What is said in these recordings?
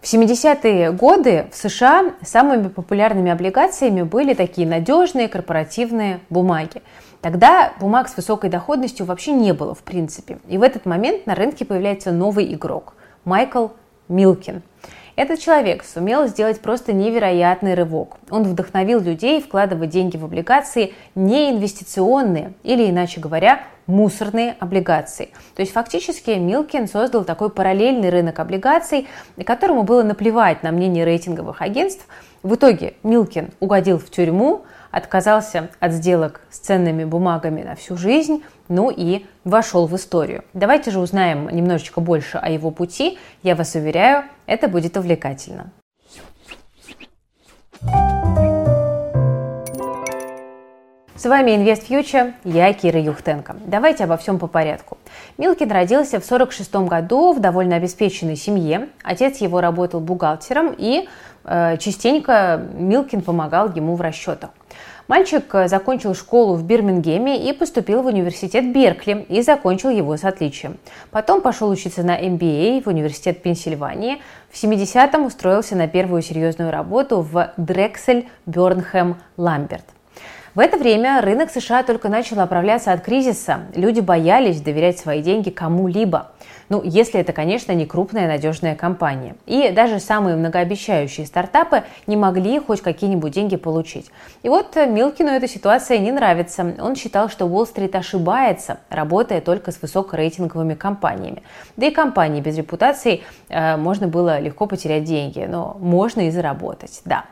В 70-е годы в США самыми популярными облигациями были такие надежные корпоративные бумаги. Тогда бумаг с высокой доходностью вообще не было в принципе. И в этот момент на рынке появляется новый игрок – Майкл Милкин. Этот человек сумел сделать просто невероятный рывок. Он вдохновил людей вкладывать деньги в облигации не инвестиционные, или, иначе говоря, мусорные облигации. То есть фактически Милкин создал такой параллельный рынок облигаций, которому было наплевать на мнение рейтинговых агентств. В итоге Милкин угодил в тюрьму, отказался от сделок с ценными бумагами на всю жизнь, ну и вошел в историю. Давайте же узнаем немножечко больше о его пути. Я вас уверяю, это будет увлекательно. С вами Invest Future, я Кира Юхтенко. Давайте обо всем по порядку. Милкин родился в 1946 году в довольно обеспеченной семье. Отец его работал бухгалтером, и частенько Милкин помогал ему в расчетах. Мальчик закончил школу в Бирмингеме и поступил в университет Беркли и закончил его с отличием. Потом пошел учиться на MBA в университет Пенсильвании. В 70-м устроился на первую серьезную работу в Drexel Burnham Lambert. В это время рынок США только начал оправляться от кризиса. Люди боялись доверять свои деньги кому-либо. Ну, если это, конечно, не крупная надежная компания. И даже самые многообещающие стартапы не могли хоть какие-нибудь деньги получить. И вот Милкину эта ситуация не нравится. Он считал, что Уолл-стрит ошибается, работая только с высокорейтинговыми компаниями. Да и компании без репутации можно было легко потерять деньги, но можно и заработать, да.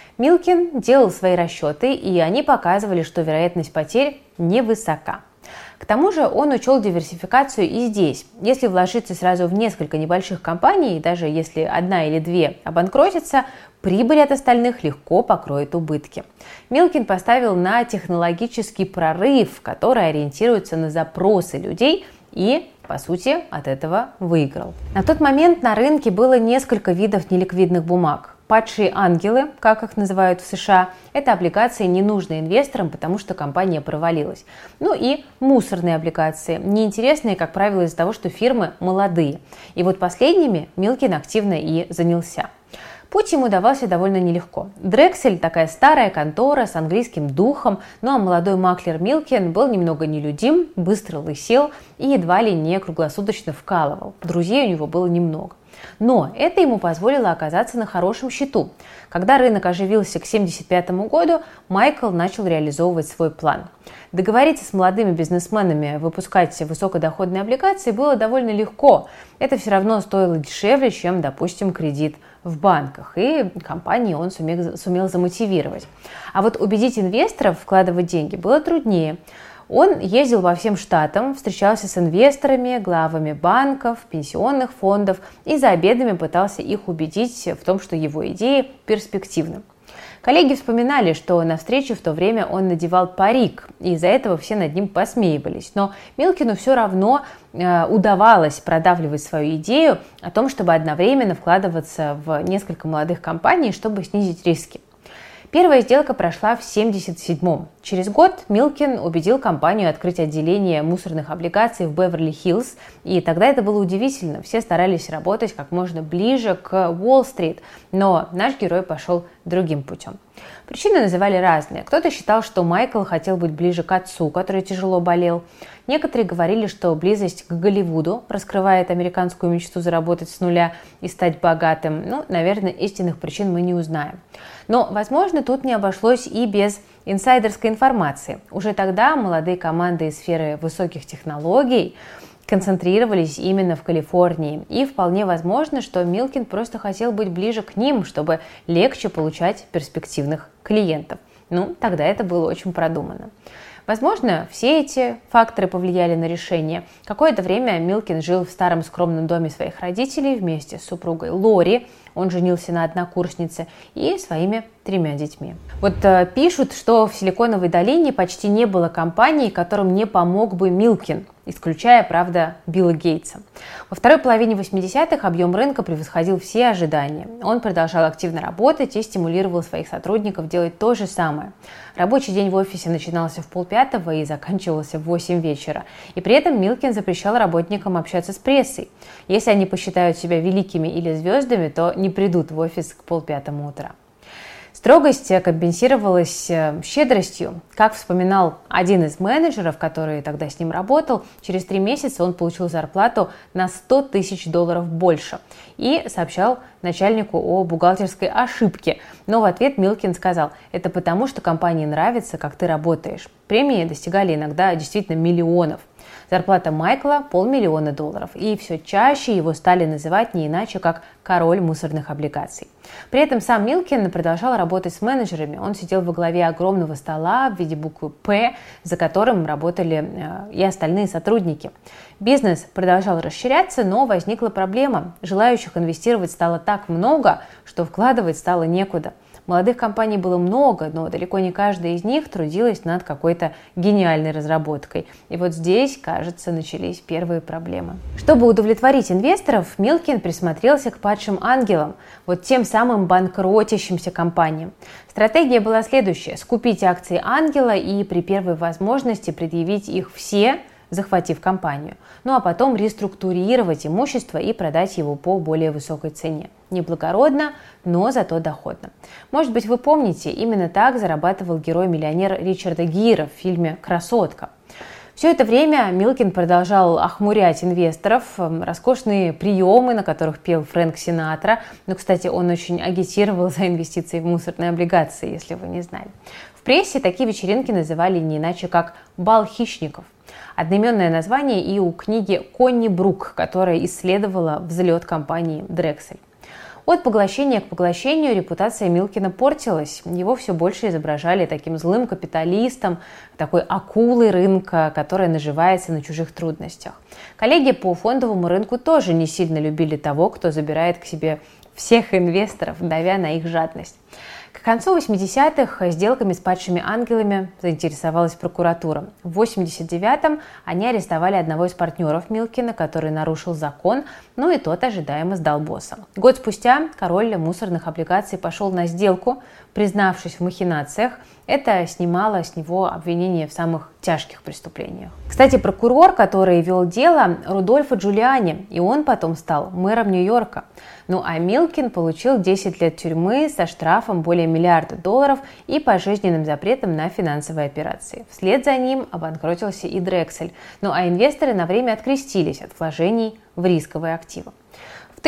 Милкин делал свои расчеты, и они показывали, что вероятность потерь невысока. К тому же он учел диверсификацию и здесь. Если вложиться сразу в несколько небольших компаний, даже если одна или две обанкротятся, прибыль от остальных легко покроет убытки. Милкин поставил на технологический прорыв, который ориентируется на запросы людей и, по сути, от этого выиграл. На тот момент на рынке было несколько видов неликвидных бумаг. Падшие ангелы, как их называют в США, это облигации, ненужные инвесторам, потому что компания провалилась. Ну и мусорные облигации, неинтересные, как правило, из-за того, что фирмы молодые. И вот последними Милкин активно и занялся. Путь ему давался довольно нелегко. Drexel – такая старая контора с английским духом, ну а молодой маклер Милкин был немного нелюдим, быстро лысел и едва ли не круглосуточно вкалывал. Друзей у него было немного. Но это ему позволило оказаться на хорошем счету. Когда рынок оживился к 1975 году, Майкл начал реализовывать свой план. Договориться с молодыми бизнесменами выпускать высокодоходные облигации было довольно легко. Это все равно стоило дешевле, чем, допустим, кредит в банках. И компании он сумел замотивировать. А вот убедить инвесторов вкладывать деньги было труднее. Он ездил по всем штатам, встречался с инвесторами, главами банков, пенсионных фондов и за обедами пытался их убедить в том, что его идеи перспективны. Коллеги вспоминали, что на встрече в то время он надевал парик, и из-за этого все над ним посмеивались. Но Милкину все равно удавалось продавливать свою идею о том, чтобы одновременно вкладываться в несколько молодых компаний, чтобы снизить риски. Первая сделка прошла в 1977-м. Через год Милкин убедил компанию открыть отделение мусорных облигаций в Беверли-Хиллз, и тогда это было удивительно. Все старались работать как можно ближе к Уолл-стрит, но наш герой пошел другим путем. Причины называли разные. Кто-то считал, что Майкл хотел быть ближе к отцу, который тяжело болел. Некоторые говорили, что близость к Голливуду раскрывает американскую мечту заработать с нуля и стать богатым. Ну, наверное, истинных причин мы не узнаем. Но, возможно, тут не обошлось и без инсайдерской информации. Уже тогда молодые команды из сферы высоких технологий концентрировались именно в Калифорнии. И вполне возможно, что Милкин просто хотел быть ближе к ним, чтобы легче получать перспективных клиентов. Ну, тогда это было очень продумано. Возможно, все эти факторы повлияли на решение. Какое-то время Милкин жил в старом скромном доме своих родителей вместе с супругой Лори. Он женился на однокурснице и своими 3 детьми. Вот пишут, что в Силиконовой долине почти не было компаний, которым не помог бы Милкин. исключая, правда, Билла Гейтса. Во второй половине 80-х объем рынка превосходил все ожидания. Он продолжал активно работать и стимулировал своих сотрудников делать то же самое. Рабочий день в офисе начинался в 4:30 и заканчивался в 8 вечера. И при этом Милкин запрещал работникам общаться с прессой. Если они посчитают себя великими или звездами, то не придут в офис к 4:30 утра. Строгость компенсировалась щедростью. Как вспоминал один из менеджеров, который тогда с ним работал, через 3 месяца он получил зарплату на $100 тысяч больше и сообщал начальнику о бухгалтерской ошибке. Но в ответ Милкин сказал: «Это потому, что компании нравится, как ты работаешь». Премии достигали иногда действительно миллионов. Зарплата Майкла – $500 000, и все чаще его стали называть не иначе, как король мусорных облигаций. При этом сам Милкин продолжал работать с менеджерами. Он сидел во главе огромного стола в виде буквы «П», за которым работали и остальные сотрудники. Бизнес продолжал расширяться, но возникла проблема. Желающих инвестировать стало так много, что вкладывать стало некуда. Молодых компаний было много, но далеко не каждая из них трудилась над какой-то гениальной разработкой. И вот здесь, кажется, начались первые проблемы. Чтобы удовлетворить инвесторов, Милкин присмотрелся к падшим ангелам, вот тем самым банкротящимся компаниям. Стратегия была следующая: скупить акции ангела и при первой возможности предъявить их все, захватив компанию. Ну а потом реструктурировать имущество и продать его по более высокой цене. Неблагородно, но зато доходно. Может быть, вы помните, именно так зарабатывал герой-миллионер Ричарда Гира в фильме «Красотка». Все это время Милкин продолжал охмурять инвесторов, роскошные приемы, на которых пел Фрэнк Синатра. Ну, кстати, он очень агитировал за инвестиции в мусорные облигации, если вы не знали. В прессе такие вечеринки называли не иначе, как «бал хищников». Одноименное название и у книги Конни Брук, которая исследовала взлет компании Drexel. От поглощения к поглощению репутация Милкина портилась. Его все больше изображали таким злым капиталистом, такой акулой рынка, которая наживается на чужих трудностях. Коллеги по фондовому рынку тоже не сильно любили того, кто забирает к себе всех инвесторов, давя на их жадность. К концу 80-х сделками с падшими ангелами заинтересовалась прокуратура. В 89-м они арестовали одного из партнеров Милкина, который нарушил закон, ну и тот ожидаемо сдал босса. Год спустя король мусорных облигаций пошел на сделку, признавшись в махинациях. Это снимало с него обвинения в самых тяжких преступлениях. Кстати, прокурор, который вел дело, Рудольфо Джулиани, и он потом стал мэром Нью-Йорка. Ну а Милкин получил 10 лет тюрьмы со штрафом более $1 миллиард и пожизненным запретом на финансовые операции. Вслед за ним обанкротился и Drexel. Ну а инвесторы на время открестились от вложений в рисковые активы. В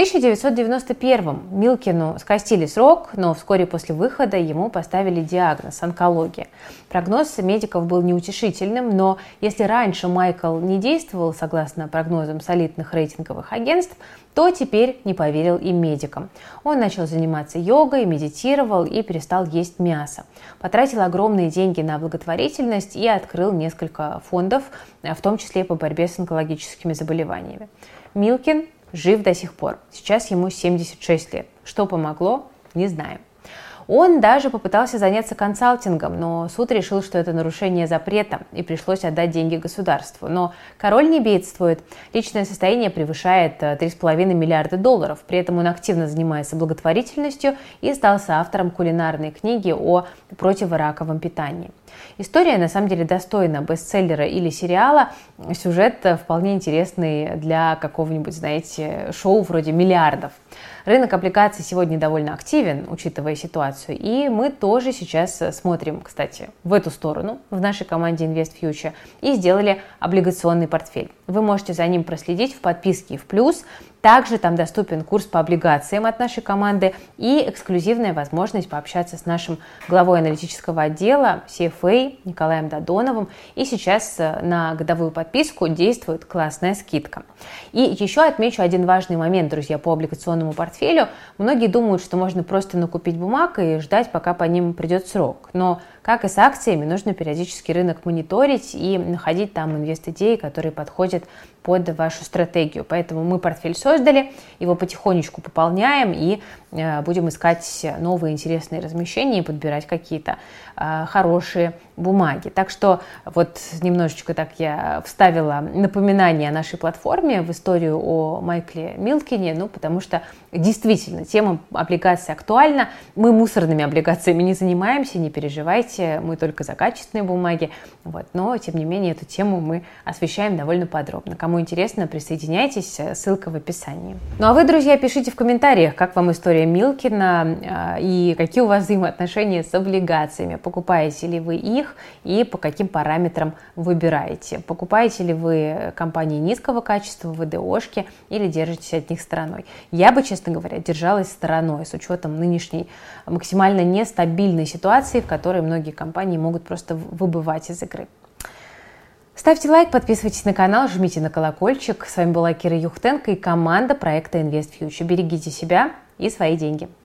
1991-м Милкину скостили срок, но вскоре после выхода ему поставили диагноз – онкология. Прогноз медиков был неутешительным, но если раньше Майкл не действовал согласно прогнозам солидных рейтинговых агентств, то теперь не поверил и медикам. Он начал заниматься йогой, медитировал и перестал есть мясо. Потратил огромные деньги на благотворительность и открыл несколько фондов, в том числе по борьбе с онкологическими заболеваниями. Милкин жив до сих пор. Сейчас ему 76 лет. Что помогло, не знаем. Он даже попытался заняться консалтингом, но суд решил, что это нарушение запрета, и пришлось отдать деньги государству. Но король не бедствует. Личное состояние превышает $3,5 миллиарда. При этом он активно занимается благотворительностью и стал соавтором кулинарной книги о противораковом питании. История, на самом деле, достойна бестселлера или сериала. Сюжет вполне интересный для какого-нибудь, знаете, шоу вроде «Миллиардов». Рынок облигаций сегодня довольно активен, учитывая ситуацию, и мы тоже сейчас смотрим, кстати, в эту сторону в нашей команде Invest Future и сделали облигационный портфель. Вы можете за ним проследить в подписке в плюс. Также там доступен курс по облигациям от нашей команды и эксклюзивная возможность пообщаться с нашим главой аналитического отдела CFA Николаем Додоновым. И сейчас на годовую подписку действует классная скидка. И еще отмечу один важный момент, друзья, по облигационному портфелю. Многие думают, что можно просто накупить бумаг и ждать, пока по ним придет срок. Но, как и с акциями, нужно периодически рынок мониторить и находить там инвест-идеи, которые подходят под вашу стратегию. Поэтому мы портфель создали, его потихонечку пополняем и будем искать новые интересные размещения и подбирать какие-то хорошие бумаги. Так что вот немножечко так я вставила напоминание о нашей платформе в историю о Майкле Милкине, потому что действительно тема облигаций актуальна. Мы мусорными облигациями не занимаемся, не переживайте, мы только за качественные бумаги. Но, тем не менее, эту тему мы освещаем довольно подробно. Кому интересно, присоединяйтесь, ссылка в описании. А вы, друзья, пишите в комментариях, как вам история Милкина и какие у вас взаимоотношения с облигациями. Покупаете ли вы их и по каким параметрам выбираете? Покупаете ли вы компании низкого качества, ВДОшки, или держитесь от них стороной? Я бы, честно говоря, держалась стороной с учетом нынешней максимально нестабильной ситуации, в которой многие компании могут просто выбывать из игры. Ставьте лайк, подписывайтесь на канал, жмите на колокольчик. С вами была Кира Юхтенко и команда проекта InvestFuture. Берегите себя и свои деньги.